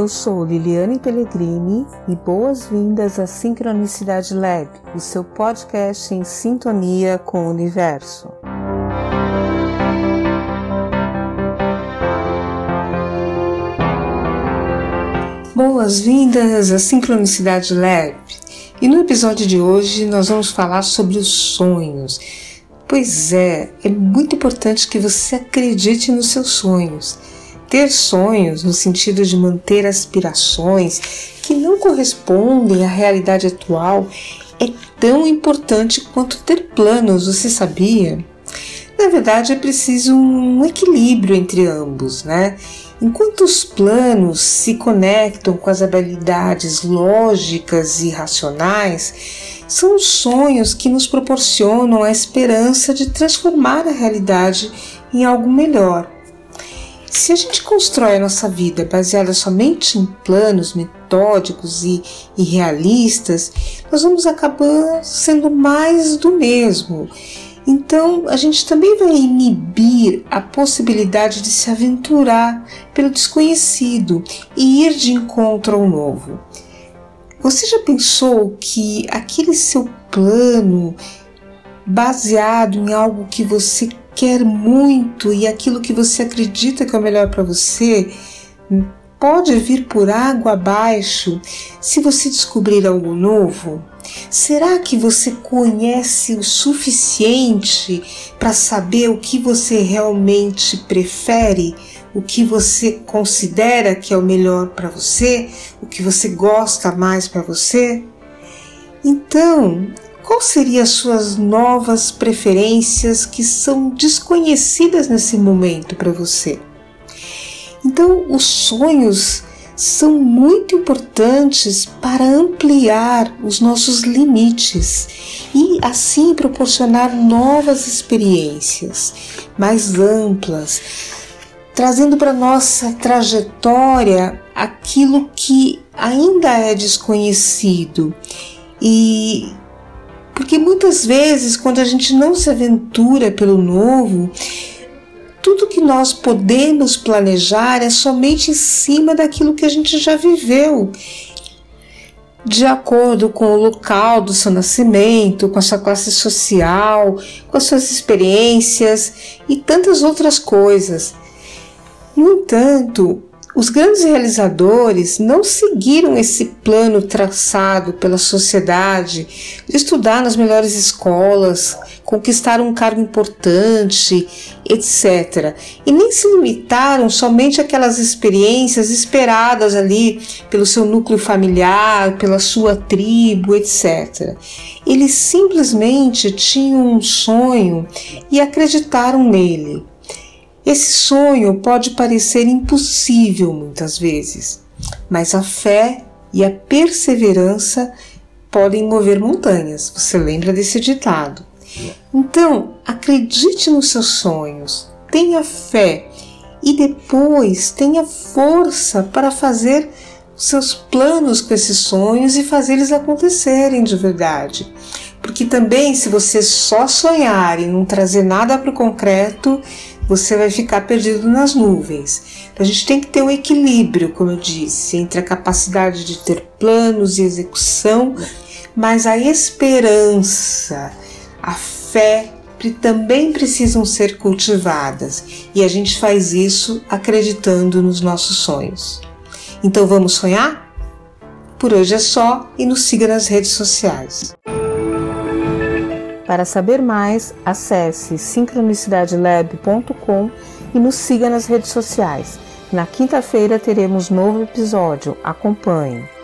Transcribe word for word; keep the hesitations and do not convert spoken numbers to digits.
Eu sou Liliane Pellegrini e boas-vindas à Sincronicidade Lab, o seu podcast em sintonia com o universo. Boas-vindas à Sincronicidade Lab. E no episódio de hoje nós vamos falar sobre os sonhos. Pois é, é muito importante que você acredite nos seus sonhos. Ter sonhos no sentido de manter aspirações que não correspondem à realidade atual é tão importante quanto ter planos, você sabia? Na verdade, é preciso um equilíbrio entre ambos, né? Enquanto os planos se conectam com as habilidades lógicas e racionais, são os sonhos que nos proporcionam a esperança de transformar a realidade em algo melhor. Se a gente constrói a nossa vida baseada somente em planos metódicos e, e realistas, nós vamos acabar sendo mais do mesmo. Então, a gente também vai inibir a possibilidade de se aventurar pelo desconhecido e ir de encontro ao novo. Você já pensou que aquele seu plano, baseado em algo que você quer muito e aquilo que você acredita que é o melhor para você, pode vir por água abaixo se você descobrir algo novo? Será que você conhece o suficiente para saber o que você realmente prefere, o que você considera que é o melhor para você, o que você gosta mais para você? Então, quais seriam as suas novas preferências que são desconhecidas nesse momento para você? Então, os sonhos são muito importantes para ampliar os nossos limites e assim proporcionar novas experiências mais amplas, trazendo para nossa trajetória aquilo que ainda é desconhecido. E porque muitas vezes, quando a gente não se aventura pelo novo, tudo que nós podemos planejar é somente em cima daquilo que a gente já viveu, de acordo com o local do seu nascimento, com a sua classe social, com as suas experiências e tantas outras coisas. No entanto, os grandes realizadores não seguiram esse plano traçado pela sociedade de estudar nas melhores escolas, conquistar um cargo importante, etcétera. E nem se limitaram somente àquelas experiências esperadas ali pelo seu núcleo familiar, pela sua tribo, etcétera. Eles simplesmente tinham um sonho e acreditaram nele. Esse sonho pode parecer impossível muitas vezes, mas a fé e a perseverança podem mover montanhas. Você lembra desse ditado? Então, acredite nos seus sonhos, tenha fé e depois tenha força para fazer os seus planos com esses sonhos e fazer eles acontecerem de verdade. Porque também, se você só sonhar e não trazer nada para o concreto, você vai ficar perdido nas nuvens. Então, a gente tem que ter um equilíbrio, como eu disse, entre a capacidade de ter planos e execução, mas a esperança, a fé também precisam ser cultivadas. E a gente faz isso acreditando nos nossos sonhos. Então, vamos sonhar? Por hoje é só e nos siga nas redes sociais. Para saber mais, acesse sincronicidade lab ponto com e nos siga nas redes sociais. Na quinta-feira teremos novo episódio. Acompanhe!